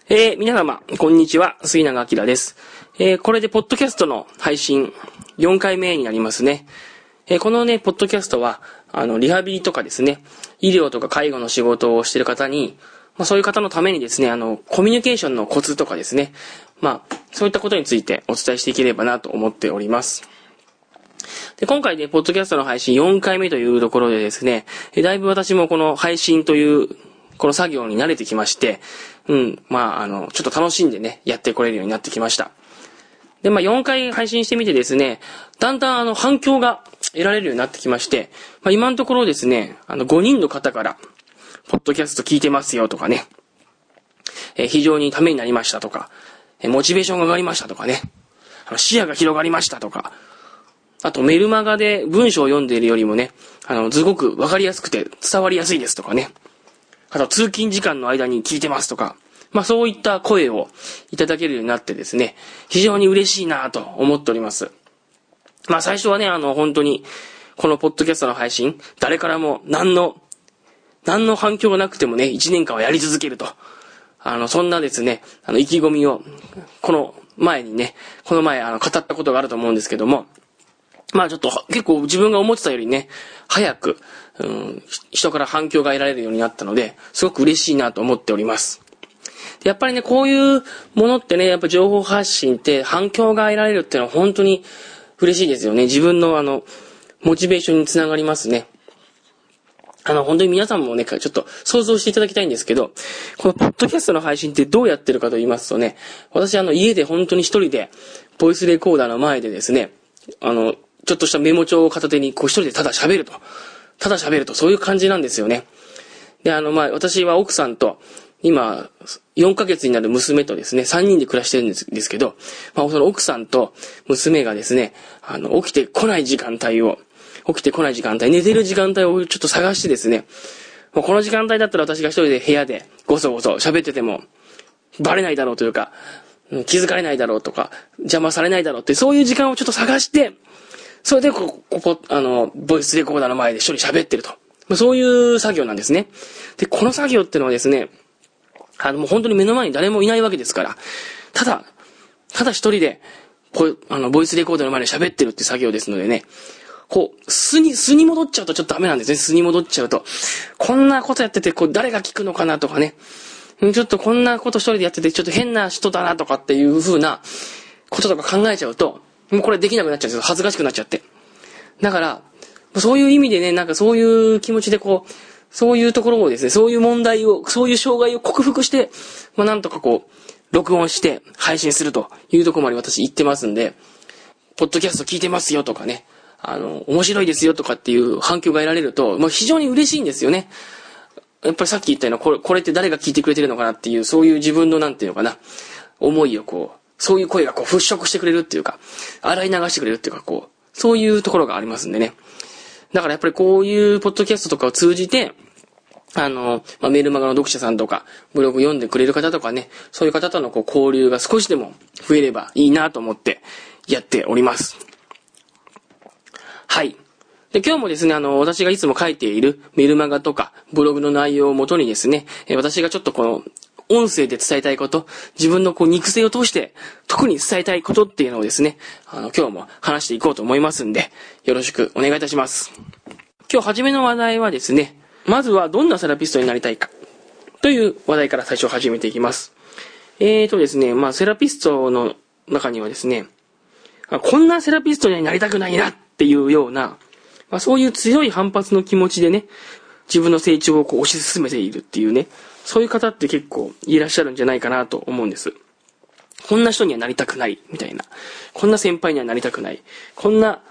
皆様、こんにちは。杉永明です。これで、ポッドキャストの配信、4回目になりますね。このね、ポッドキャストは、リハビリとかですね、医療とか介護の仕事をしている方に、そういう方のためにですね、コミュニケーションのコツとかですね、そういったことについてお伝えしていければなと思っております。で、今回ね、ポッドキャストの配信4回目というところでですね、だいぶ私もこの配信という、この作業に慣れてきまして、ちょっと楽しんでね、やってこれるようになってきました。で、4回配信してみてですね、だんだん反響が得られるようになってきまして、今のところですね、5人の方から、ポッドキャスト聞いてますよとかね、非常にためになりましたとか、モチベーションが上がりましたとかね、視野が広がりましたとか、あとメルマガで文章を読んでいるよりもね、すごくわかりやすくて伝わりやすいですとかね、あと通勤時間の間に聞いてますとか、そういった声をいただけるようになってですね、非常に嬉しいなと思っております。最初はね、本当に、このポッドキャストの配信、誰からも何の反響がなくてもね、1年間はやり続けると。そんなですね、意気込みを、この前語ったことがあると思うんですけども、ちょっと結構自分が思ってたよりね、早く、人から反響が得られるようになったので、すごく嬉しいなと思っております。でやっぱりね、こういうものってね、やっぱ情報発信って反響が得られるっていうのは本当に嬉しいですよね。自分のモチベーションにつながりますね。本当に皆さんもね、ちょっと想像していただきたいんですけど、このポッドキャストの配信ってどうやってるかと言いますとね、私家で本当に一人で、ボイスレコーダーの前でですね、ちょっとしたメモ帳を片手に一人でただ喋ると、そういう感じなんですよね。で、私は奥さんと、今、4ヶ月になる娘とですね、3人で暮らしてるんですけど、その奥さんと娘がですね、起きてこない時間帯、寝てる時間帯をちょっと探してですね、この時間帯だったら私が一人で部屋でごそごそ喋ってても、バレないだろうというか、気づかれないだろうとか、邪魔されないだろうって、そういう時間をちょっと探して、それでボイスレコーダーの前で一人喋ってると。そういう作業なんですね。で、この作業ってのはですね、もう本当に目の前に誰もいないわけですから、ただ一人で、ボイスレコーダーの前で喋ってるって作業ですのでね、素に戻っちゃうとちょっとダメなんですね。素に戻っちゃうと。こんなことやってて、誰が聞くのかなとかね、ちょっとこんなこと一人でやってて、ちょっと変な人だなとかっていう風なこととか考えちゃうと、もうこれできなくなっちゃうんですよ。恥ずかしくなっちゃって。だから、そういう意味でね、そういう気持ちでそういうところをですね、そういう問題を、そういう障害を克服して、なんとか録音して配信するというところまで私言ってますんで、ポッドキャスト聞いてますよとかね、面白いですよとかっていう反響が得られると、非常に嬉しいんですよね。やっぱりさっき言ったような、これって誰が聞いてくれてるのかなっていう、そういう自分の思いをそういう声が払拭してくれるっていうか、洗い流してくれるっていうか、そういうところがありますんでね。だからやっぱりこういうポッドキャストとかを通じて、メールマガの読者さんとか、ブログ読んでくれる方とかね、そういう方との交流が少しでも増えればいいなと思ってやっております。はい。で、今日もですね、私がいつも書いているメルマガとか、ブログの内容をもとにですね、私がちょっと音声で伝えたいこと、自分の肉声を通して特に伝えたいことっていうのをですね、今日も話していこうと思いますんで、よろしくお願いいたします。今日初めの話題はですね、まずはどんなセラピストになりたいかという話題から最初始めていきます。ですね、セラピストの中にはですね、こんなセラピストにはなりたくないなっていうような、そういう強い反発の気持ちでね、自分の成長を推し進めているっていうね、そういう方って結構いらっしゃるんじゃないかなと思うんです。こんな人にはなりたくない、みたいな。こんな先輩にはなりたくない。こんな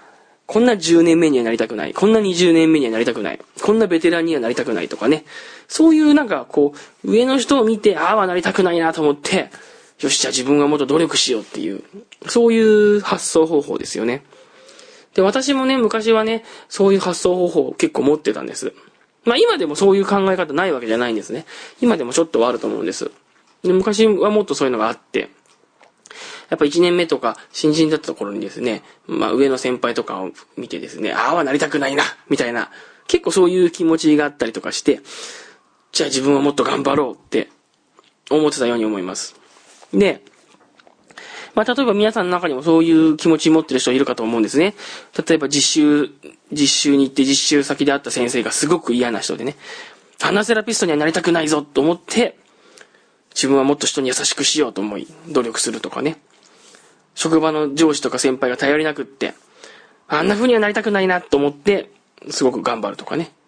10年目にはなりたくない。こんな20年目にはなりたくない。こんなベテランにはなりたくないとかね。そういう上の人を見て、ああはなりたくないなと思って、よし、じゃあ自分はもっと努力しようっていう、そういう発想方法ですよね。で、私もね、昔はね、そういう発想方法を結構持ってたんです。今でもそういう考え方ないわけじゃないんですね。今でもちょっとはあると思うんです。で、昔はもっとそういうのがあって、やっぱ1年目とか新人だった頃にですね、上の先輩とかを見てですね、ああはなりたくないな、みたいな、結構そういう気持ちがあったりとかして、じゃあ自分はもっと頑張ろうって思ってたように思います。で、例えば皆さんの中にもそういう気持ち持ってる人いるかと思うんですね。例えば実習に行って実習先で会った先生がすごく嫌な人でね、アナセラピストにはなりたくないぞと思って、自分はもっと人に優しくしようと思い、努力するとかね。職場の上司とか先輩が頼りなくって、あんな風にはなりたくないなと思って、すごく頑張るとかね。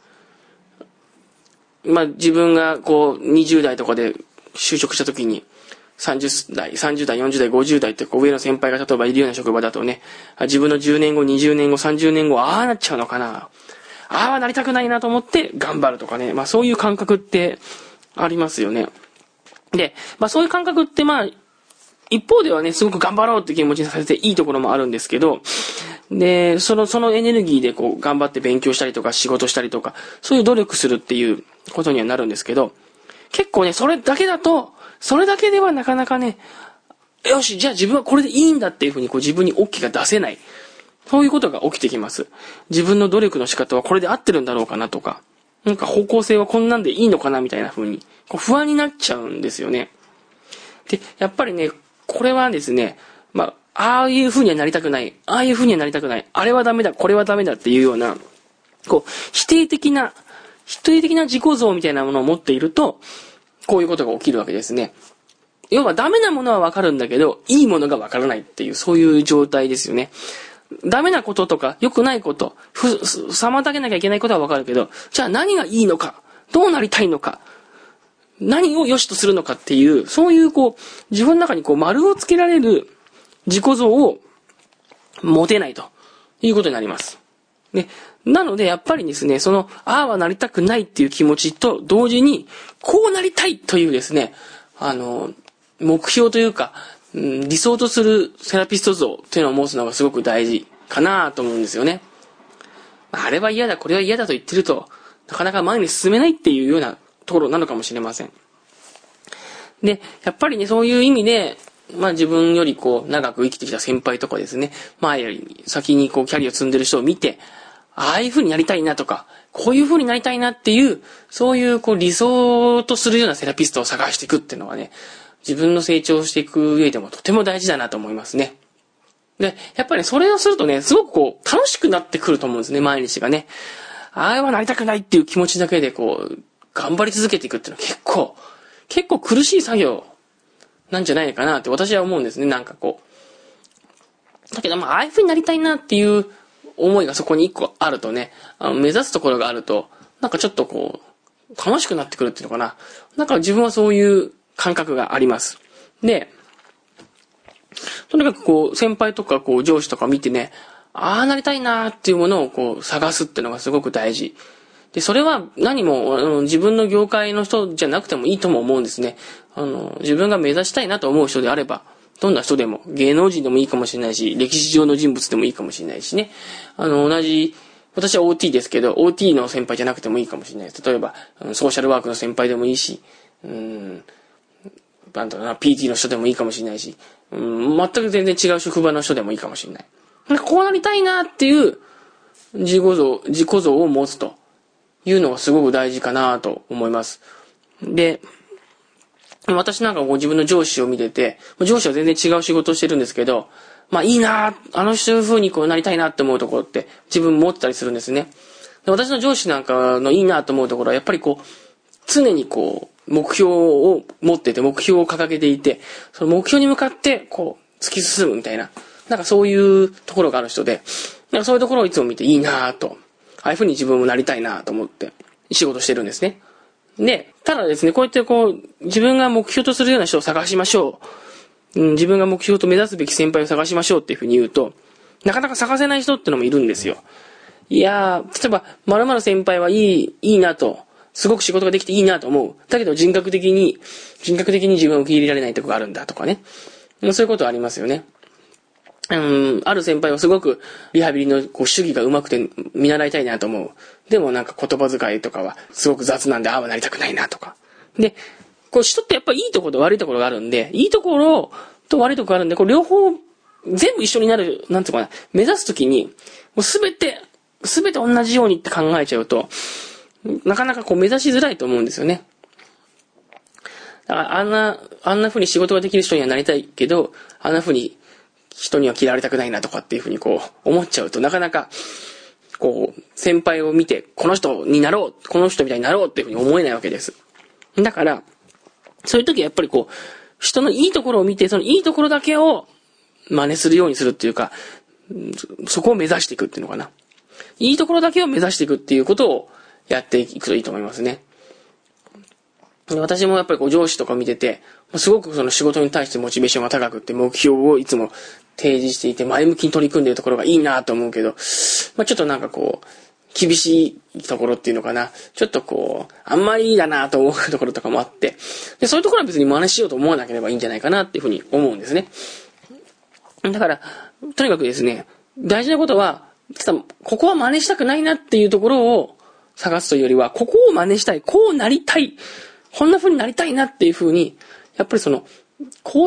自分が20代とかで就職した時に、30代、40代、50代って上の先輩が例えばいるような職場だとね、自分の10年後、20年後、30年後、ああなっちゃうのかな。ああなりたくないなと思って頑張るとかね。そういう感覚ってありますよね。で、そういう感覚って一方ではね、すごく頑張ろうって気持ちにさせていいところもあるんですけど、で、そのエネルギーで頑張って勉強したりとか仕事したりとか、そういう努力するっていうことにはなるんですけど、結構ね、それだけではなかなかね、よし、じゃあ自分はこれでいいんだっていうふうに自分に OK が出せない。そういうことが起きてきます。自分の努力の仕方はこれで合ってるんだろうかなとか、方向性はこんなんでいいのかなみたいな風に、不安になっちゃうんですよね。で、やっぱりね、これはですね、ああいう風にはなりたくない、ああいう風にはなりたくない、あれはダメだ、これはダメだっていうような、否定的な自己像みたいなものを持っていると、こういうことが起きるわけですね。要はダメなものはわかるんだけど、いいものがわからないっていう、そういう状態ですよね。ダメなこととか、良くないこと、妨げなきゃいけないことはわかるけど、じゃあ何がいいのか、どうなりたいのか、何を良しとするのかっていう、そういう自分の中に丸をつけられる自己像を持てないということになります。で、なのでやっぱりですね、ああはなりたくないっていう気持ちと同時に、こうなりたいというですね、目標というか、理想とするセラピスト像というのを持つのがすごく大事かなと思うんですよね。あれは嫌だ、これは嫌だと言ってると、なかなか前に進めないっていうようなところなのかもしれません。で、やっぱりね、そういう意味で、自分より長く生きてきた先輩とかですね、前より先にキャリアを積んでる人を見て、ああいう風になりたいなとか、こういう風になりたいなっていう、そういう理想とするようなセラピストを探していくっていうのはね、自分の成長していく上でもとても大事だなと思いますね。で、やっぱりそれをするとね、すごく楽しくなってくると思うんですね、毎日がね。ああはなりたくないっていう気持ちだけで頑張り続けていくっていうのは結構苦しい作業なんじゃないかなって私は思うんですね、だけどああいう風になりたいなっていう思いがそこに一個あるとね、目指すところがあると、ちょっと楽しくなってくるっていうのかな。自分はそういう感覚があります。で、とにかく先輩とか上司とか見てね、ああなりたいなっていうものを探すっていうのがすごく大事。で、それは何も自分の業界の人じゃなくてもいいとも思うんですね。自分が目指したいなと思う人であれば、どんな人でも、芸能人でもいいかもしれないし、歴史上の人物でもいいかもしれないしね。私は OT ですけど、OT の先輩じゃなくてもいいかもしれないです。例えば、ソーシャルワークの先輩でもいいし、PT の人でもいいかもしれないし、全く全然違う職場の人でもいいかもしれない。こうなりたいなっていう自己像を持つというのがすごく大事かなと思います。で、私自分の上司を見てて、上司は全然違う仕事をしてるんですけど、いいな、人風になりたいなって思うところって自分持ってたりするんですね。で、私の上司なんかのいいなと思うところはやっぱり常に目標を持ってて、目標を掲げていて、その目標に向かって突き進むみたいな、そういうところがある人で、そういうところをいつも見ていいなと、ああいう風に自分もなりたいなと思って仕事してるんですね。で、ただですね、こうやって自分が目標とするような人を探しましょう。自分が目標と目指すべき先輩を探しましょうっていう風に言うと、なかなか探せない人ってのもいるんですよ。いやー、例えば、〇〇先輩はいいなと、すごく仕事ができていいなと思う。だけど人格的に自分を受け入れられないとこがあるんだとかね。そういうことはありますよね。ある先輩はすごくリハビリの主義が上手くて見習いたいなと思う。でも言葉遣いとかはすごく雑なんでああはなりたくないなとか。で、人ってやっぱりいいところと悪いところがあるんで、いいところと悪いところがあるんで、両方全部一緒になる、目指すときに、もうすべて同じようにって考えちゃうと、なかなか目指しづらいと思うんですよね。 だからあんな風に仕事ができる人にはなりたいけど、あんな風に人には嫌われたくないなとかっていう風にこう思っちゃうと、なかなかこう先輩を見てこの人になろう、この人みたいになろうっていう風に思えないわけです。だからそういう時はやっぱりこう人のいいところを見て、そのいいところだけを真似するようにするっていうか、そこを目指していくっていうのかな。いいところだけを目指していくっていうことをやっていくといいと思いますね。私もやっぱりこう上司とか見てて、すごくその仕事に対してモチベーションが高くって目標をいつも提示していて前向きに取り組んでいるところがいいなと思うけど、ちょっとなんかこう、厳しいところっていうのかな。ちょっとこう、あんまりいいだなと思うところとかもあって、で、そういうところは別に真似しようと思わなければいいんじゃないかなっていうふうに思うんですね。だから、とにかくですね、大事なことは、ここは真似したくないなっていうところを探すというよりは、ここを真似したい、こうなりたい、こんな風になりたいなっていう風に、やっぱりその、肯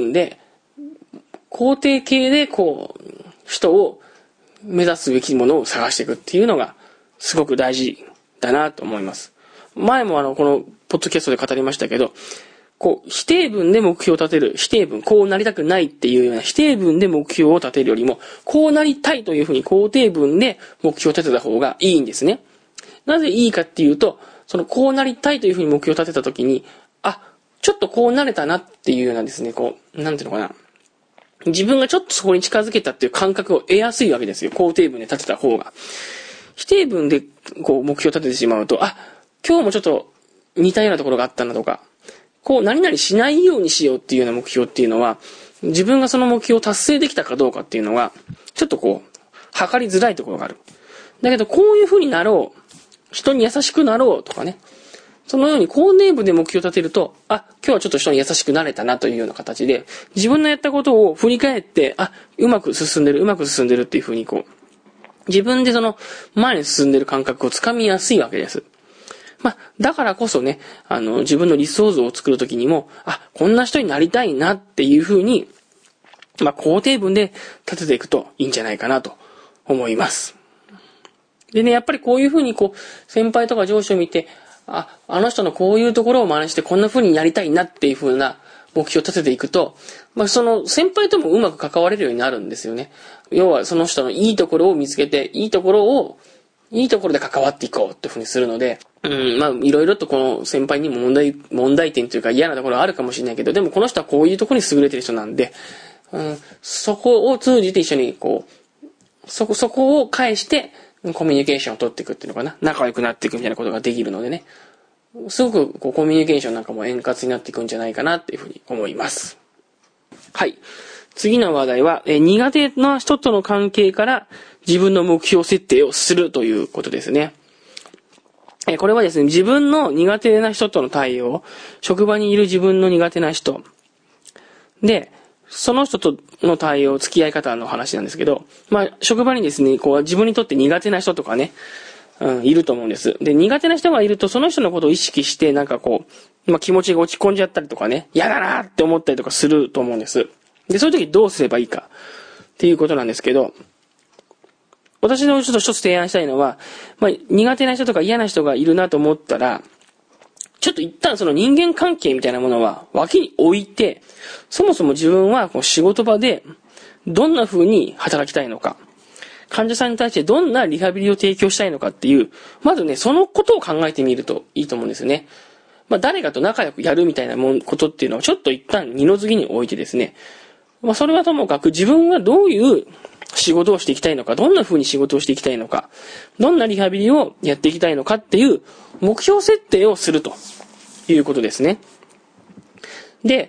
定形でこう、人を目指すべきものを探していくっていうのが、すごく大事だなと思います。前もこの、ポッドキャストで語りましたけど、こう、否定文で目標を立てる、否定文、こうなりたくないっていうような否定文で目標を立てるよりも、こうなりたいという風に肯定文で目標を立てた方がいいんですね。なぜいいかっていうと、そのこうなりたいという風に目標を立てたときに、ちょっとこうなれたなっていうようなですね、こう、なんていうのかな。自分がちょっとそこに近づけたっていう感覚を得やすいわけですよ。肯定文で立てた方が。否定文でこう目標を立ててしまうと、今日もちょっと似たようなところがあったなとか、こう何々しないようにしようっていうような目標っていうのは、自分がその目標を達成できたかどうかっていうのが、ちょっとこう、測りづらいところがある。だけどこういう風になろう。人に優しくなろうとかね。そのように肯定文で目標を立てると、今日はちょっと人に優しくなれたなというような形で、自分のやったことを振り返って、うまく進んでるっていう風にこう、自分でその前に進んでる感覚をつかみやすいわけです。だからこそね、自分の理想像を作るときにも、こんな人になりたいなっていう風に、肯定文で立てていくといいんじゃないかなと思います。でね、やっぱりこういう風にこう、先輩とか上司を見て、あの人のこういうところを真似してこんな風にやりたいなっていう風な目標を立てていくと、その先輩ともうまく関われるようになるんですよね。要はその人のいいところを見つけて、いいところで関わっていこうっていう風にするので、いろいろとこの先輩にも問題点というか嫌なところはあるかもしれないけど、でもこの人はこういうところに優れてる人なんで、そこを通じて一緒にこう、そこを返して、コミュニケーションを取っていくっていうのかな。仲良くなっていくみたいなことができるのでね。すごくこうコミュニケーションなんかも円滑になっていくんじゃないかなっていうふうに思います。はい。次の話題は、苦手な人との関係から自分の目標設定をするということですね。これはですね、自分の苦手な人との対応、職場にいる自分の苦手な人で、その人との対応、付き合い方の話なんですけど、職場にですね、こう自分にとって苦手な人とかね、いると思うんです。で、苦手な人がいると、その人のことを意識して、なんかこう、気持ちが落ち込んじゃったりとかね、嫌だなって思ったりとかすると思うんです。で、そういう時どうすればいいかっていうことなんですけど、私のちょっと一つ提案したいのは、苦手な人とか嫌な人がいるなと思ったら、ちょっと一旦その人間関係みたいなものは脇に置いて、そもそも自分はこう仕事場でどんな風に働きたいのか、患者さんに対してどんなリハビリを提供したいのかっていう、まずね、そのことを考えてみるといいと思うんですよね。誰かと仲良くやるみたいなことっていうのをちょっと一旦二の次に置いてですね、それはともかく自分がどういう仕事をしていきたいのか、どんな風に仕事をしていきたいのか、どんなリハビリをやっていきたいのかっていう目標設定をするということですね。で、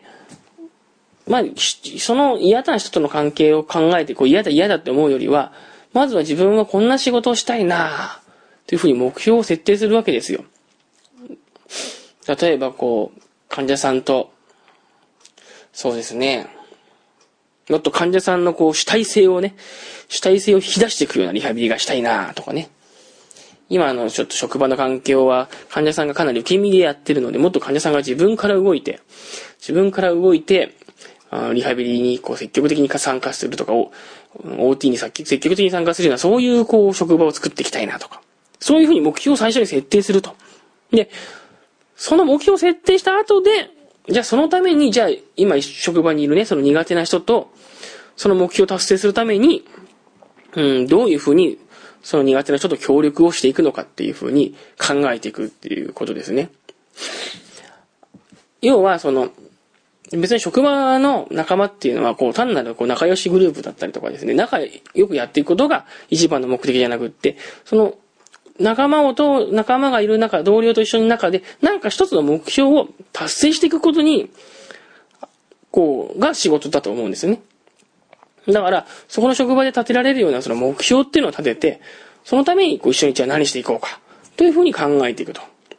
その嫌な人との関係を考えて、こう嫌だって思うよりは、まずは自分はこんな仕事をしたいなというふうに目標を設定するわけですよ。例えばこう、患者さんと、そうですね、もっと患者さんのこう主体性を引き出していくようなリハビリがしたいなとかね。今ちょっと職場の環境は患者さんがかなり受け身でやってるので、もっと患者さんが自分から動いて、リハビリにこう積極的に参加するとかを、OT に積極的に参加するような、そういうこう職場を作っていきたいなとか。そういうふうに目標を最初に設定すると。で、その目標を設定した後で、 じゃあそのために、じゃあ今職場にいるね、その苦手な人と、その目標を達成するために、どういうふうに、その苦手な人と協力をしていくのかっていうふうに考えていくっていうことですね。要は、別に職場の仲間っていうのは、単なる仲良しグループだったりとかですね、仲良くやっていくことが一番の目的じゃなくって、仲間がいる中、同僚と一緒の中で、なんか一つの目標を達成していくことに、が仕事だと思うんですよね。だから、そこの職場で立てられるようなその目標っていうのを立てて、そのために一緒にじゃあ何していこうか、というふうに考えていくと。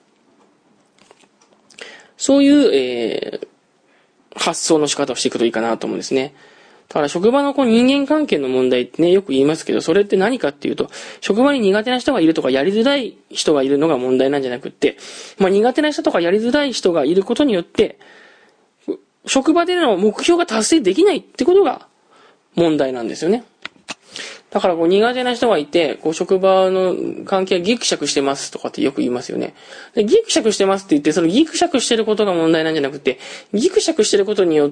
そういう、発想の仕方をしていくといいかなと思うんですね。だから職場の人間関係の問題ってね、よく言いますけど、それって何かっていうと、職場に苦手な人がいるとか、やりづらい人がいるのが問題なんじゃなくって、苦手な人とかやりづらい人がいることによって、職場での目標が達成できないってことが問題なんですよね。だから苦手な人がいて、職場の関係がギクシャクしてますとかってよく言いますよね。で、ギクシャクしてますって言って、そのギクシャクしてることが問題なんじゃなくて、ギクシャクしてることによって、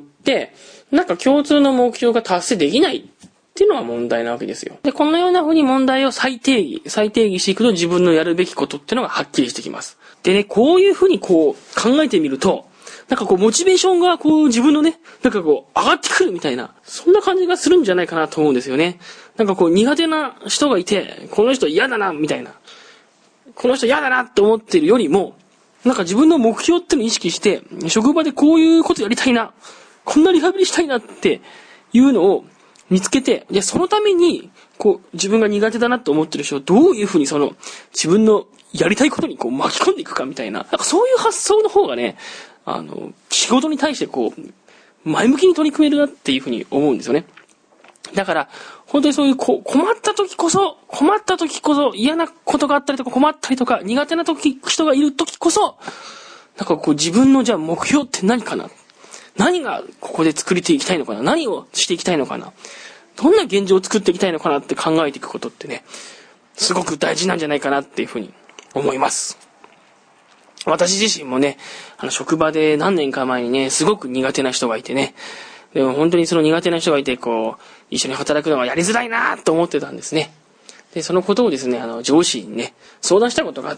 なんか共通の目標が達成できないっていうのが問題なわけですよ。で、このような風に問題を再定義していくと自分のやるべきことっていうのがはっきりしてきます。でね、こういう風に考えてみると、なんかモチベーションが自分のね、なんか上がってくるみたいな、そんな感じがするんじゃないかなと思うんですよね。なんか苦手な人がいて、この人嫌だな、みたいな。この人嫌だなって思ってるよりも、なんか自分の目標ってのを意識して、職場でこういうことやりたいな、こんなリハビリしたいなっていうのを見つけて、じゃあそのために、自分が苦手だなと思ってる人をどういうふうに自分のやりたいことに巻き込んでいくかみたいな、なんかそういう発想の方がね、仕事に対して前向きに取り組めるなっていうふうに思うんですよね。だから、本当にそういう困った時こそ、嫌なことがあったりとか困ったりとか、苦手な人がいる時こそ、なんか自分のじゃあ目標って何かな？何がここで作りていきたいのかな？何をしていきたいのかな？どんな現状を作っていきたいのかなって考えていくことってね、すごく大事なんじゃないかなっていうふうに思います。私自身もね、職場で何年か前にね、すごく苦手な人がいてね、でも本当にその苦手な人がいて、一緒に働くのがやりづらいなと思ってたんですね。で、そのことをですね、上司にね、相談したことがあって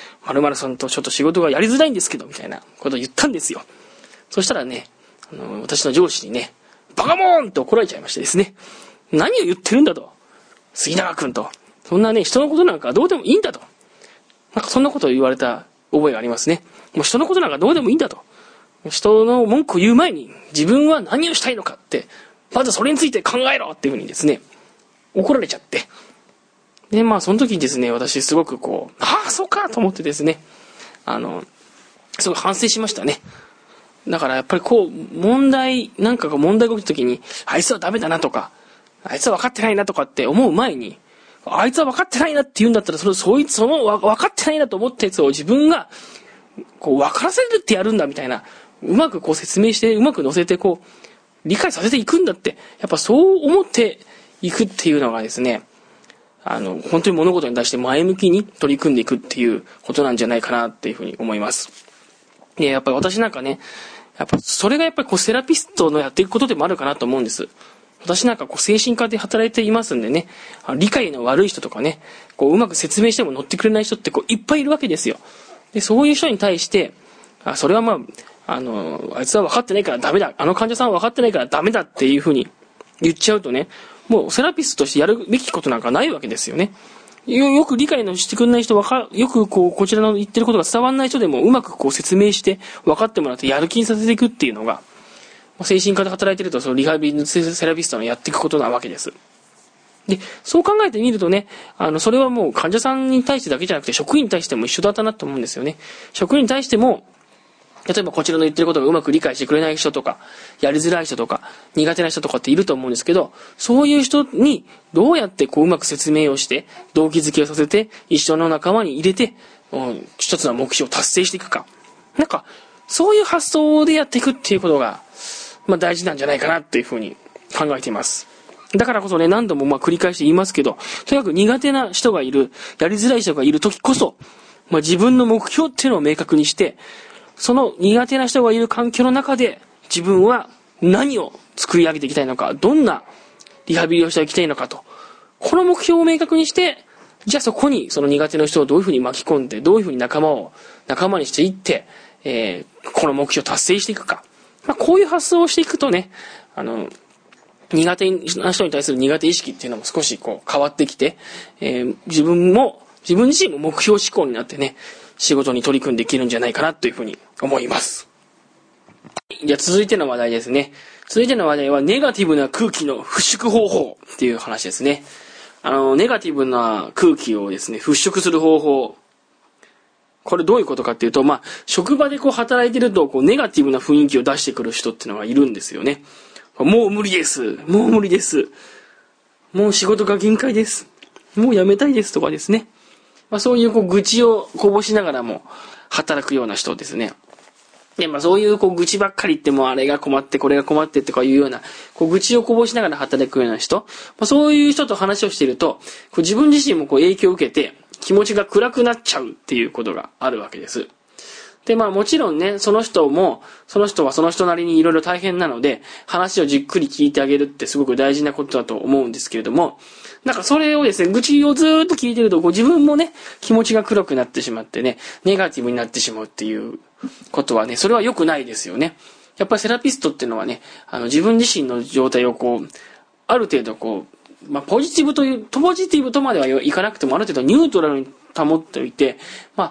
、〇〇さんとちょっと仕事がやりづらいんですけど、みたいなことを言ったんですよ。そしたらね、私の上司にね、バカモーンと怒られちゃいましてですね、何を言ってるんだと。杉永くんと。そんなね、人のことなんかどうでもいいんだと。なんかそんなことを言われた覚えがありますね。もう人のことなんかどうでもいいんだと。人の文句を言う前に自分は何をしたいのかって、まずそれについて考えろっていうふうにですね、怒られちゃって。で、その時にですね、私すごくそうかと思ってですね、すごい反省しましたね。だからやっぱり問題が起きた時に、あいつはダメだなとか、あいつは分かってないなとかって思う前に、あいつは分かってないなって言うんだったら、その分かってないなと思ったやつを自分が、分からせるってやるんだみたいな、うまく説明して、うまく乗せて理解させていくんだって、やっぱそう思っていくっていうのがですね、本当に物事に対して前向きに取り組んでいくっていうことなんじゃないかなっていうふうに思います。で、やっぱり私なんかね、それがやっぱりセラピストのやっていくことでもあるかなと思うんです。私なんか精神科で働いていますんでね、理解の悪い人とかね、うまく説明しても乗ってくれない人っていっぱいいるわけですよ。で、そういう人に対して、それはあいつは分かってないからダメだ。あの患者さんは分かってないからダメだっていうふうに言っちゃうとね、もうセラピストとしてやるべきことなんかないわけですよね。よく理解のしてくれない人、よくこちらの言ってることが伝わらない人でもうまく説明して分かってもらってやる気にさせていくっていうのが、精神科で働いてるとそのリハビリのセラピストのやっていくことなわけです。で、そう考えてみるとね、それはもう患者さんに対してだけじゃなくて職員に対しても一緒だったなと思うんですよね。職員に対しても、例えばこちらの言ってることがうまく理解してくれない人とか、やりづらい人とか、苦手な人とかっていると思うんですけど、そういう人にどうやってうまく説明をして、動機づけをさせて、一緒の仲間に入れて、一つの目標を達成していくか。なんか、そういう発想でやっていくっていうことが、大事なんじゃないかなっていうふうに考えています。だからこそね、何度も繰り返して言いますけど、とにかく苦手な人がいる、やりづらい人がいる時こそ、自分の目標っていうのを明確にして、 その苦手な人がいる環境の中で自分は何を作り上げていきたいのか、どんなリハビリをしていきたいのかと、この目標を明確にして、じゃあそこにその苦手な人をどういうふうに巻き込んで、どういうふうに仲間にしていって、この目標を達成していくか。こういう発想をしていくとね、苦手な人に対する苦手意識っていうのも少し変わってきて、自分自身も目標志向になってね、仕事に取り組んでいけるんじゃないかなというふうに思います。じゃあ続いての話題ですね。続いての話題はネガティブな空気の払拭方法っていう話ですね。ネガティブな空気をですね、払拭する方法。これどういうことかっていうと、職場で働いてると、ネガティブな雰囲気を出してくる人っていうのがいるんですよね。もう無理です。もう無理です。もう仕事が限界です。もう辞めたいですとかですね。そういう愚痴をこぼしながらも働くような人ですね。で、そういう愚痴ばっかり言ってもあれが困ってこれが困ってとかいうような愚痴をこぼしながら働くような人、そういう人と話をしていると自分自身も影響を受けて気持ちが暗くなっちゃうっていうことがあるわけです。で、もちろんね、その人はその人なりにいろいろ大変なので、話をじっくり聞いてあげるってすごく大事なことだと思うんですけれども、それをですね、愚痴をずーっと聞いてると、自分もね、気持ちが黒くなってしまってね、ネガティブになってしまうっていうことはね、それは良くないですよね。やっぱりセラピストっていうのはね、自分自身の状態をある程度ポジティブとまではいかなくても、ある程度ニュートラルに保っておいて、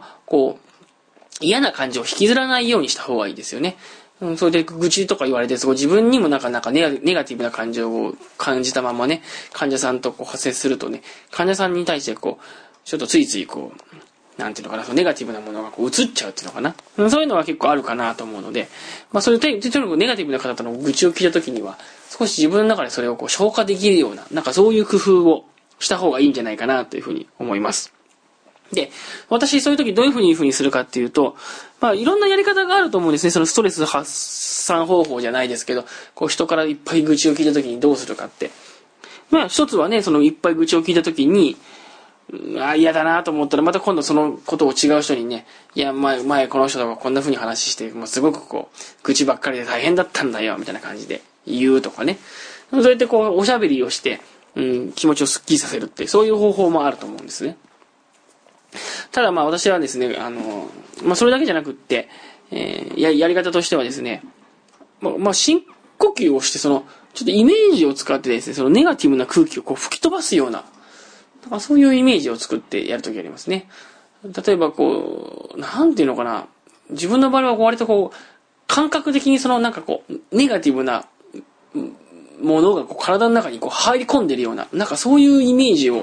嫌な感情を引きずらないようにした方がいいですよね。それで愚痴とか言われて、自分にもなかなかネガティブな感情を感じたままね、患者さんと接するとね、患者さんに対してちょっとついついなんていうのかな、ネガティブなものが移っちゃうっていうのかな。そういうのは結構あるかなと思うので、それとにかくネガティブな方との愚痴を聞いたときには、少し自分の中でそれを消化できるような、そういう工夫をした方がいいんじゃないかなというふうに思います。で、私そういう時どういうふうにするかっていうと、いろんなやり方があると思うんですね。そのストレス発散方法じゃないですけど、人からいっぱい愚痴を聞いた時にどうするかって。一つはね、いっぱい愚痴を聞いた時に、嫌だなと思ったら、また今度そのことを違う人にね、いや、前この人とかこんな風に話して、すごく愚痴ばっかりで大変だったんだよ、みたいな感じで言うとかね。そうやっておしゃべりをして、気持ちをスッキリさせるって、そういう方法もあると思うんですね。ただ私はですね、それだけじゃなくって、やり方としてはですね、深呼吸をして、ちょっとイメージを使ってですね、そのネガティブな空気を吹き飛ばすような、そういうイメージを作ってやるときありますね。例えばなんていうのかな、自分の場合は割と感覚的にネガティブなものが体の中に入り込んでるような、そういうイメージを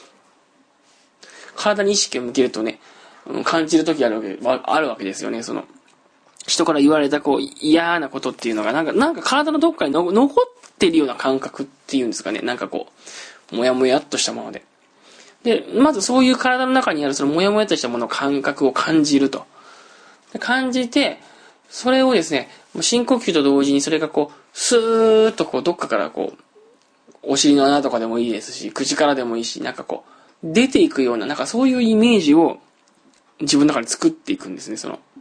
体に意識を向けるとね、感じるときあるわけですよね。人から言われた嫌なことっていうのが体のどっかに残ってるような感覚っていうんですかね。もやもやっとしたもので。で、まずそういう体の中にあるそのもやもやっとしたものの感覚を感じると。感じて、それをですね、深呼吸と同時にそれがスーッとどっかからお尻の穴とかでもいいですし、口からでもいいし、出ていくような、そういうイメージを自分の中で作っていくんですね、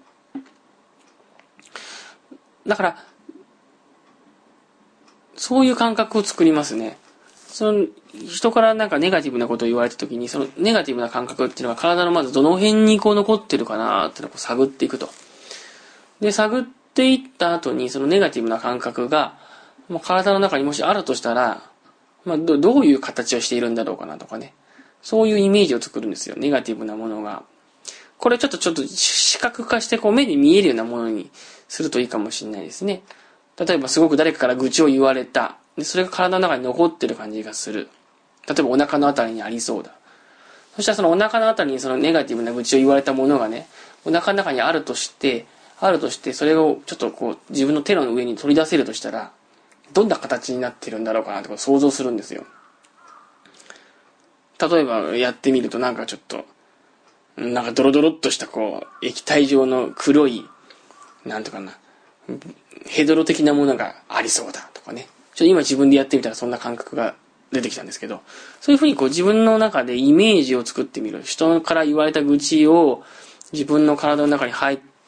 だから、そういう感覚を作りますね。人からネガティブなことを言われたときに、そのネガティブな感覚っていうのが体のまずどの辺に残ってるかなっていうのを探っていくと。で、探っていった後に、そのネガティブな感覚が、体の中にもしあるとしたら、どういう形をしているんだろうかなとかね。そういうイメージを作るんですよ。ネガティブなものが。これちょっと視覚化して目に見えるようなものにするといいかもしれないですね。例えばすごく誰かから愚痴を言われた。でそれが体の中に残ってる感じがする。例えばお腹のあたりにありそうだ。そしたらそのお腹のあたりにそのネガティブな愚痴を言われたものがね、お腹の中にあるとして、それをちょっと自分の手の上に取り出せるとしたら、どんな形になってるんだろうかなって想像するんですよ。例えばやってみるとちょっと、ドロドロっとした液体状の黒い、ヘドロ的なものがありそうだとかね。ちょっと今自分でやってみたらそんな感覚が出てきたんですけど、そういうふうに自分の中でイメージを作ってみる。人から言われた愚痴を自分の体の中に入っ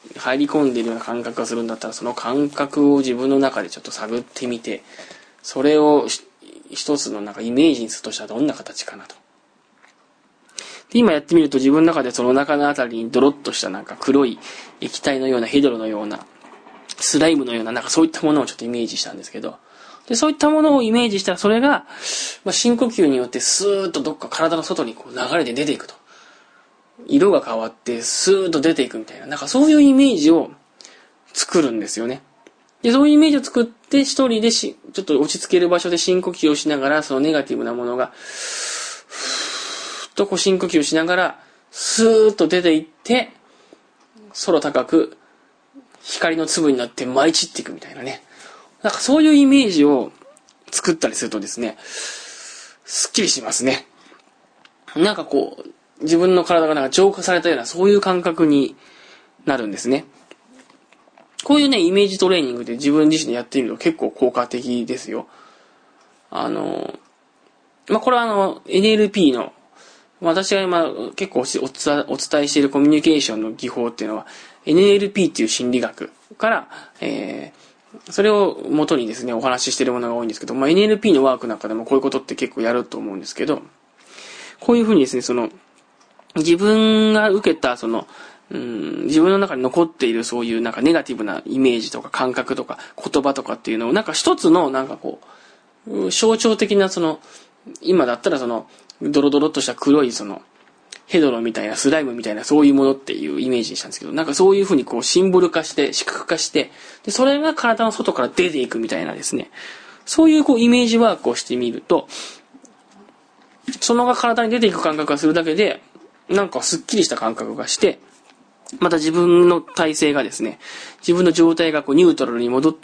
入り込んでいるような感覚がするんだったら、その感覚を自分の中でちょっと探ってみて、それを一つのなんかイメージにするとしたらどんな形かなと。で、今やってみると自分の中でその中のあたりにドロッとしたなんか黒い液体のようなヘドロのようなスライムのようななんかそういったものをちょっとイメージしたんですけど、で、そういったものをイメージしたらそれが、深呼吸によってスーッとどっか体の外にこう流れて出ていくと。色が変わってスーッと出ていくみたいな、なんかそういうイメージを作るんですよね。で、そういうイメージを作って一人でちょっと落ち着ける場所で深呼吸をしながら、そのネガティブなものが、ふーっとこう深呼吸をしながら、スーッと出ていって、空高く光の粒になって舞い散っていくみたいなね。なんかそういうイメージを作ったりするとですね、すっきりしますね。なんかこう、自分の体がなんか浄化されたようなそういう感覚になるんですね。こういうね、イメージトレーニングで自分自身でやってみると結構効果的ですよ。これはNLP の、私が今結構お伝えしているコミュニケーションの技法っていうのは NLP っていう心理学から、それを元にですね、お話ししているものが多いんですけど、NLP のワークなんかでもこういうことって結構やると思うんですけど、こういうふうにですね、自分が受けた自分の中に残っているそういうなんかネガティブなイメージとか感覚とか言葉とかっていうのをなんか一つのなんかこう、象徴的な今だったらドロドロっとした黒いヘドロみたいなスライムみたいなそういうものっていうイメージにしたんですけど、なんかそういうふうにこうシンボル化して視覚化して、で、それが体の外から出ていくみたいなですね、そういうこうイメージワークをしてみると、そのが体に出ていく感覚がするだけで、なんかスッキリした感覚がして、また自分の体勢がですね、自分の状態がこうニュートラルに戻って、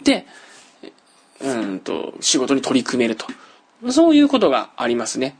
仕事に取り組めると。そういうことがありますね。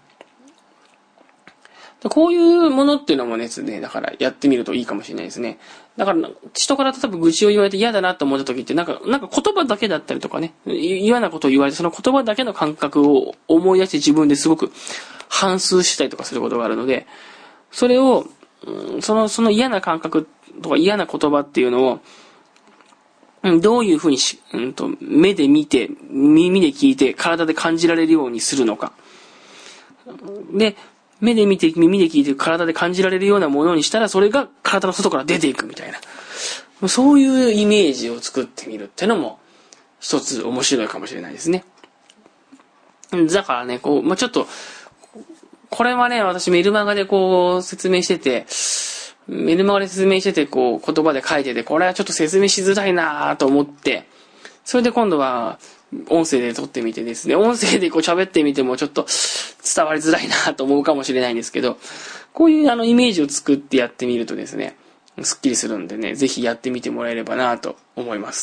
こういうものっていうのもですね、だからやってみるといいかもしれないですね。だから、人から例えば愚痴を言われて嫌だなと思った時って、なんか言葉だけだったりとかね、嫌なことを言われて、その言葉だけの感覚を思い出して自分ですごく反芻したりとかすることがあるので、それを、その嫌な感覚とか嫌な言葉っていうのを、どういうふうに目で見て、耳で聞いて、体で感じられるようにするのか。で、目で見て、耳で聞いて、体で感じられるようなものにしたら、それが体の外から出ていくみたいな。そういうイメージを作ってみるっていうのも、一つ面白いかもしれないですね。だからね、ちょっと、これはね、私メルマガで説明してて、言葉で書いてて、これはちょっと説明しづらいなと思って、それで今度は、音声で撮ってみてですね、音声で喋ってみてもちょっと伝わりづらいなと思うかもしれないんですけど、こういうイメージを作ってやってみるとですね、スッキリするんでね、ぜひやってみてもらえればなと思います。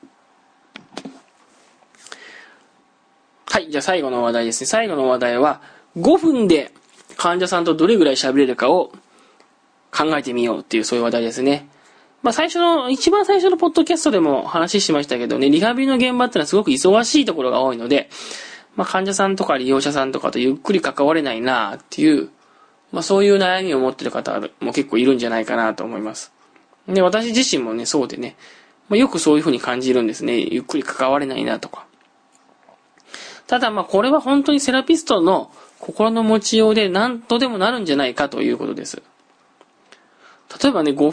はい、じゃあ最後の話題ですね。最後の話題は、5分で患者さんとどれぐらい喋れるかを考えてみようっていうそういう話題ですね。一番最初のポッドキャストでも話しましたけどね、リハビリの現場ってのはすごく忙しいところが多いので、患者さんとか利用者さんとかとゆっくり関われないなっていう、そういう悩みを持ってる方も結構いるんじゃないかなと思います。で、私自身もね、そうでね、よくそういう風に感じるんですね。ゆっくり関われないなとか。ただこれは本当にセラピストの心の持ちようで何とでもなるんじゃないかということです。例えばね、5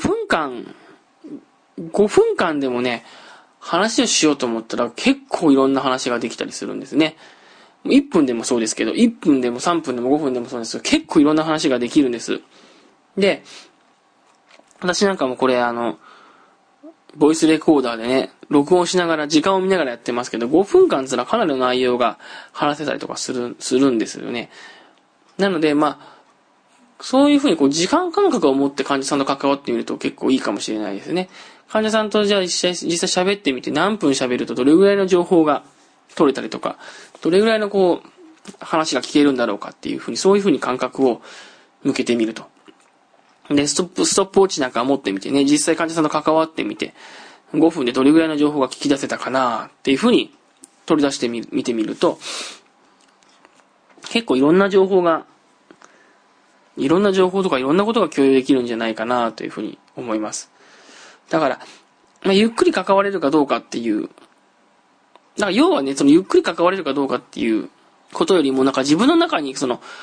分間でもね、話をしようと思ったら結構いろんな話ができたりするんですね。1分でもそうですけど、1分でも3分でも5分でもそうですけど、結構いろんな話ができるんです。で、私なんかもこれボイスレコーダーでね、録音しながら時間を見ながらやってますけど、5分間つらかなりの内容が話せたりとかするんですよね。なので、そういうふうに時間感覚を持って患者さんと関わってみると結構いいかもしれないですね。患者さんとじゃあ実際喋ってみて何分喋るとどれぐらいの情報が取れたりとか、どれぐらいの話が聞けるんだろうかっていうふうに、そういうふうに感覚を向けてみると。で、ストップウォッチなんか持ってみてね、実際患者さんと関わってみて、5分でどれぐらいの情報が聞き出せたかなっていうふうに取り出して見てみると、結構いろんな情報とかいろんなことが共有できるんじゃないかなというふうに思います。 だから、ゆっくり関われるかどうかっていう、だから要はね、そのゆっくり関われるかどうかっていうことよりも、なんか自分の中に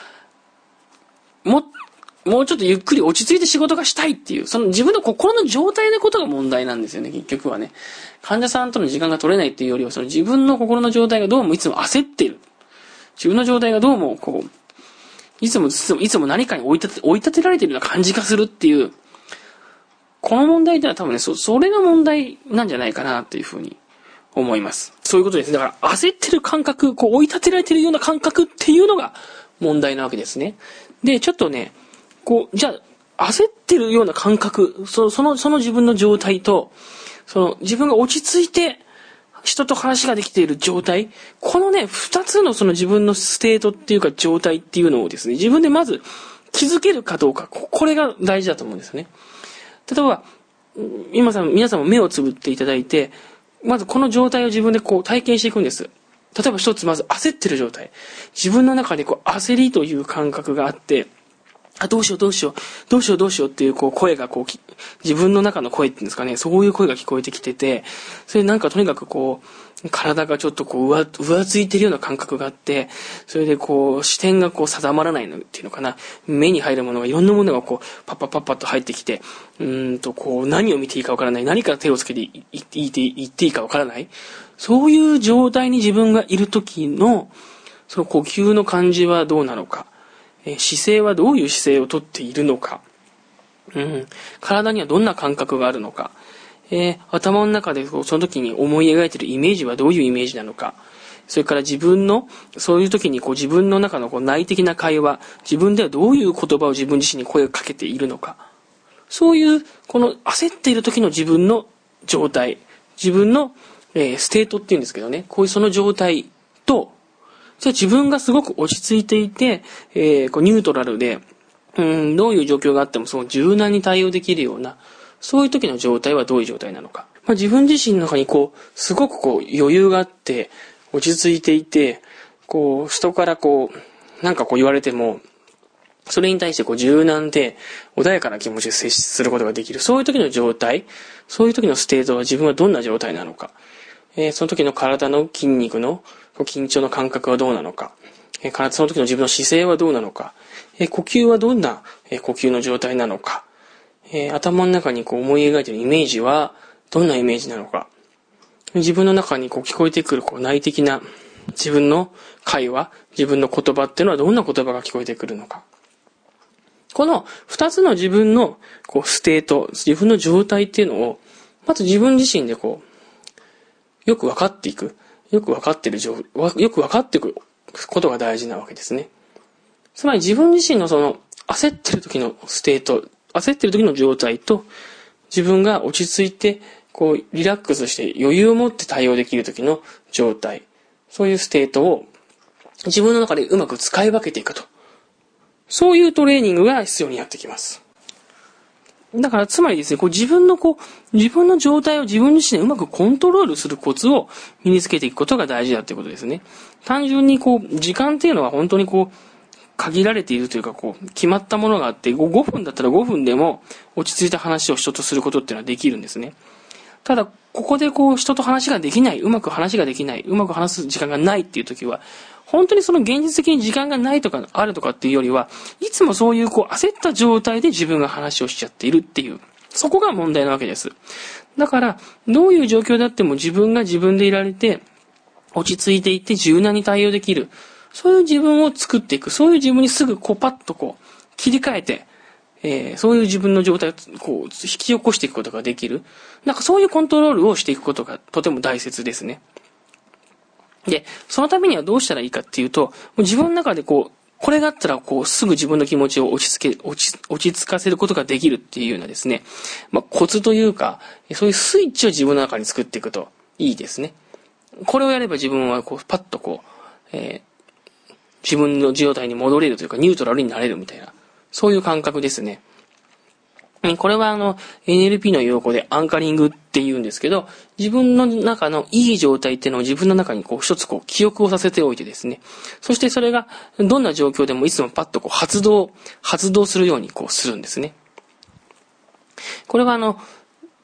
もうちょっとゆっくり落ち着いて仕事がしたいっていう、その自分の心の状態のことが問題なんですよね、結局はね。患者さんとの時間が取れないっていうよりは、その自分の心の状態がどうもいつも焦ってる。自分の状態がどうもいつも何かに追い立てられてるような感じがするっていう、この問題では多分ね、それが問題なんじゃないかなっていうふうに思います。そういうことです。だから焦ってる感覚、追い立てられてるような感覚っていうのが問題なわけですね。で、ちょっとね、じゃあ、焦ってるような感覚、その自分の状態と、自分が落ち着いて、人と話ができている状態、このね、二つの自分のステートっていうか状態っていうのをですね、自分でまず気づけるかどうか、これが大事だと思うんですよね。例えば、皆さんも目をつぶっていただいて、まずこの状態を自分で体験していくんです。例えば一つまず焦ってる状態。自分の中で焦りという感覚があって、どうしようっていう声が自分の中の声っていうんですかね、そういう声が聞こえてきてて、それなんかとにかく体がちょっと浮ついてるような感覚があって、それで視点が定まらないのっていうのかな、目に入るものがいろんなものがパッと入ってきて、何を見ていいかわからない、何から手をつけて言っていいかわからない、そういう状態に自分がいる時の、その呼吸の感じはどうなのか、姿勢はどういう姿勢をとっているのか、体にはどんな感覚があるのか、頭の中でその時に思い描いているイメージはどういうイメージなのか、それから自分のそういう時に自分の中の内的な会話、自分ではどういう言葉を自分自身に声をかけているのか、そういうこの焦っている時の自分の状態、自分の、ステートっていうんですけどね、その状態と、自分がすごく落ち着いていて、ニュートラルで、どういう状況があっても柔軟に対応できるような、そういう時の状態はどういう状態なのか。自分自身の中にすごく余裕があって、落ち着いていて、人からなんか言われても、それに対して柔軟で穏やかな気持ちで接することができる。そういう時の状態、そういう時のステートは自分はどんな状態なのか。その時の体の筋肉の緊張の感覚はどうなのか。その時の自分の姿勢はどうなのか。呼吸はどんな呼吸の状態なのか。頭の中に思い描いているイメージはどんなイメージなのか。自分の中に聞こえてくる内的な自分の会話、自分の言葉っていうのはどんな言葉が聞こえてくるのか。この二つの自分のステート、自分の状態っていうのを、まず自分自身でよく分かっていく。よく分かっていくことが大事なわけですね。つまり自分自身の焦ってる時のステート、焦ってる時の状態と、自分が落ち着いて、リラックスして余裕を持って対応できる時の状態、そういうステートを自分の中でうまく使い分けていくと。そういうトレーニングが必要になってきます。だからつまりですね、自分の状態を自分自身でうまくコントロールするコツを身につけていくことが大事だということですね。単純に時間っていうのは本当に限られているというか決まったものがあって、5分だったら5分でも落ち着いた話を人とすることっていうのはできるんですね。ただここで人と話ができない、うまく話す時間がないっていう時は、本当に現実的に時間がないとかあるとかっていうよりは、いつもそういう焦った状態で自分が話をしちゃっているっていう、そこが問題なわけです。だからどういう状況であっても自分が自分でいられて、落ち着いていって柔軟に対応できる、そういう自分を作っていく、そういう自分にすぐパッと切り替えて、そういう自分の状態を引き起こしていくことができる。そういうコントロールをしていくことがとても大切ですね。で、そのためにはどうしたらいいかっていうと、自分の中でこれがあったらすぐ自分の気持ちを落ち着かせることができるっていうようなですね、コツというか、そういうスイッチを自分の中に作っていくといいですね。これをやれば自分はパッと自分の状態に戻れるというか、ニュートラルになれるみたいな、そういう感覚ですね。これはNLP の用語でアンカリングって言うんですけど、自分の中のいい状態っていうのを自分の中に一つ記憶をさせておいてですね、そしてそれがどんな状況でもいつもパッと発動するようにするんですね。これは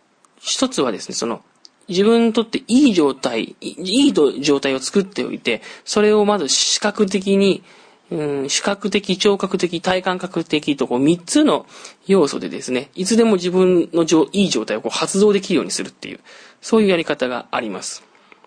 一つはですね、自分にとっていい状態を作っておいて、それをまず視覚的に、視覚的、聴覚的、体感覚的と3つの要素でですね、いつでも自分のいい状態を発動できるようにするっていう、そういうやり方があります。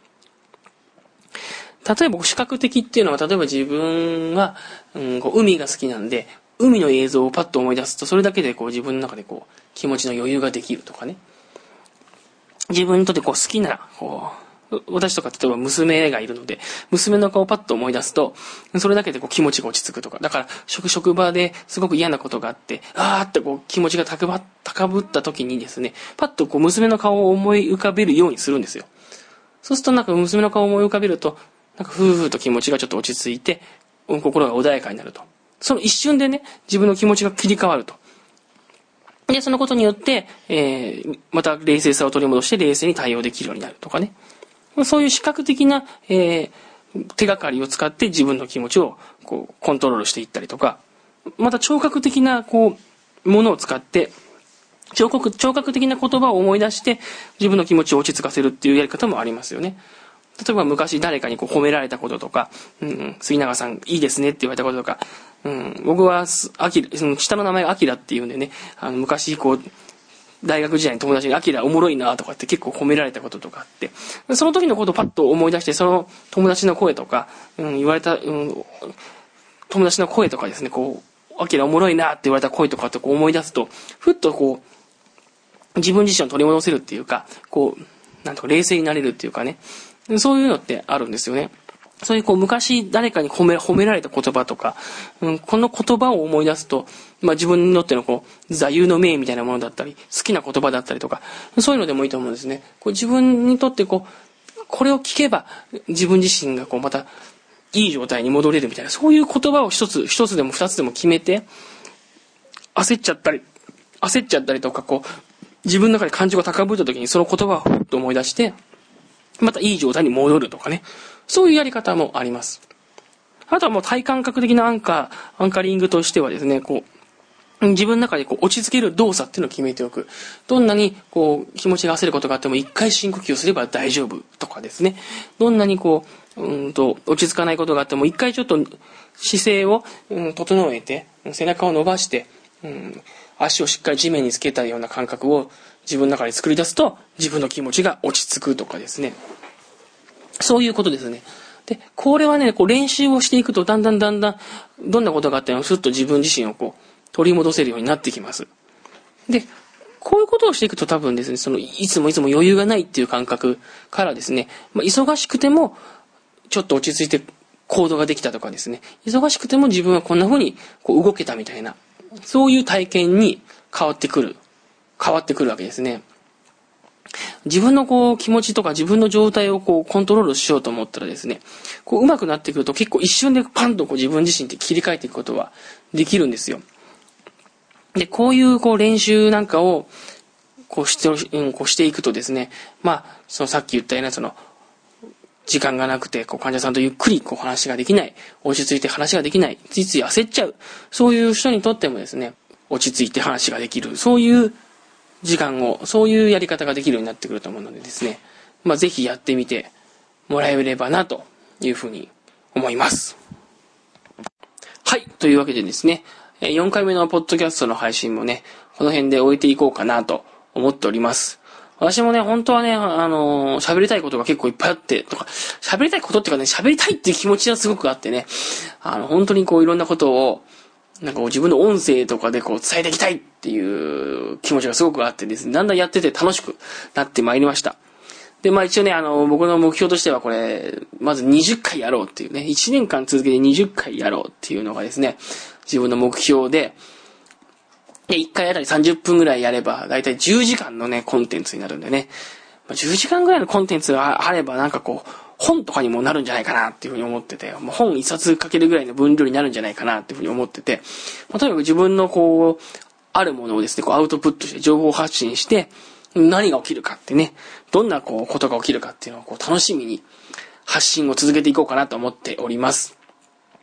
例えば視覚的っていうのは、例えば自分が、海が好きなんで、海の映像をパッと思い出すと、それだけで自分の中で気持ちの余裕ができるとかね。自分にとって好きな、私とか例えば娘がいるので、娘の顔をパッと思い出すと、それだけで気持ちが落ち着くとか。だから、職場ですごく嫌なことがあって、って気持ちが高ぶった時にですね、パッと娘の顔を思い浮かべるようにするんですよ。そうすると娘の顔を思い浮かべると、ふーと気持ちがちょっと落ち着いて、心が穏やかになると。その一瞬でね、自分の気持ちが切り替わると。で、そのことによって、また冷静さを取り戻して冷静に対応できるようになるとかね。そういう視覚的な、手がかりを使って自分の気持ちをコントロールしていったりとか、また聴覚的なものを使って、聴覚的な言葉を思い出して自分の気持ちを落ち着かせるっていうやり方もありますよね。例えば昔誰かに褒められたこととか、杉永さんいいですねって言われたこととか、僕は下の名前がアキラっていうんでね、昔大学時代に友達にアキラおもろいなとかって結構褒められたこととかあって、その時のことをパッと思い出して、その友達の声とか、言われた、友達の声とかですね、アキラおもろいなって言われた声とかって思い出すと、ふっと自分自身を取り戻せるっていうか、なんとか冷静になれるっていうかね、そういうのってあるんですよね。そういう昔誰かに褒められた言葉とか、この言葉を思い出すと、自分にとっての座右の銘みたいなものだったり、好きな言葉だったりとか、そういうのでもいいと思うんですね。自分にとってこれを聞けば自分自身がまたいい状態に戻れるみたいな、そういう言葉を一つでも二つでも決めて、焦っちゃったりとか、自分の中で感情が高ぶった時にその言葉をふっと思い出して、またいい状態に戻るとかね。そういうやり方もあります。あとはもう体感覚的なアンカリングとしてはですね、自分の中で落ち着ける動作っていうのを決めておく。どんなに気持ちが焦ることがあっても一回深呼吸をすれば大丈夫とかですね。どんなに落ち着かないことがあっても一回ちょっと姿勢を整えて、背中を伸ばして、足をしっかり地面につけたような感覚を自分の中で作り出すと、自分の気持ちが落ち着くとかですね。そういうことですね。で、これはね、練習をしていくと、だんだん、どんなことがあっても、すっと自分自身を取り戻せるようになってきます。で、こういうことをしていくと多分ですね、いつも余裕がないっていう感覚からですね、忙しくても、ちょっと落ち着いて行動ができたとかですね、忙しくても自分はこんな風に動けたみたいな、そういう体験に変わってくるわけですね。自分の気持ちとか自分の状態をコントロールしようと思ったらですね、上手くなってくると結構一瞬でパンと自分自身って切り替えていくことはできるんですよ。で、こういう練習なんかをしていくとですね、さっき言ったような時間がなくて患者さんとゆっくり話ができない、落ち着いて話ができない、ついつい焦っちゃう、そういう人にとってもですね、落ち着いて話ができる、そういう時間を、そういうやり方ができるようになってくると思うのでですね、ぜひやってみてもらえればなというふうに思います。はい、というわけでですね、4回目のポッドキャストの配信もね、この辺で終えていこうかなと思っております。私もね、本当はね、喋りたいことが結構いっぱいあって、とか、喋りたいことっていうかね、喋りたいっていう気持ちがすごくあってね、本当にいろんなことを、自分の音声とかで伝えていきたいっていう気持ちがすごくあってですね、だんだんやってて楽しくなってまいりました。で、一応ね、僕の目標としてはこれ、まず20回やろうっていうね、1年間続けて20回やろうっていうのがですね、自分の目標で、1回あたり30分ぐらいやれば、だいたい10時間のね、コンテンツになるんでね、10時間ぐらいのコンテンツがあれば本とかにもなるんじゃないかなっていうふうに思ってて、本一冊かけるぐらいの分量になるんじゃないかなっていうふうに思ってて、とにかく自分のあるものをですね、アウトプットして情報発信して、何が起きるかってね、どんなことが起きるかっていうのを楽しみに発信を続けていこうかなと思っております。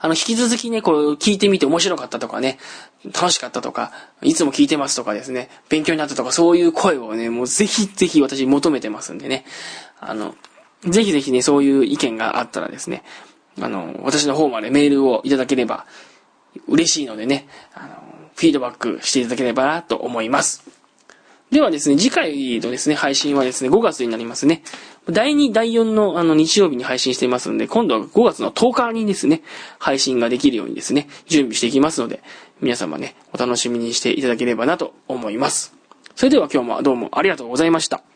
引き続きね、こう、聞いてみて面白かったとかね、楽しかったとか、いつも聞いてますとかですね、勉強になったとか、そういう声をね、もうぜひぜひ私求めてますんでね、ぜひぜひね、そういう意見があったらですね、私の方までメールをいただければ嬉しいのでね、フィードバックしていただければなと思います。ではですね、次回のですね、配信はですね、5月になりますね。第2、第4の日曜日に配信していますので、今度は5月の10日にですね、配信ができるようにですね、準備していきますので、皆様ね、お楽しみにしていただければなと思います。それでは今日もどうもありがとうございました。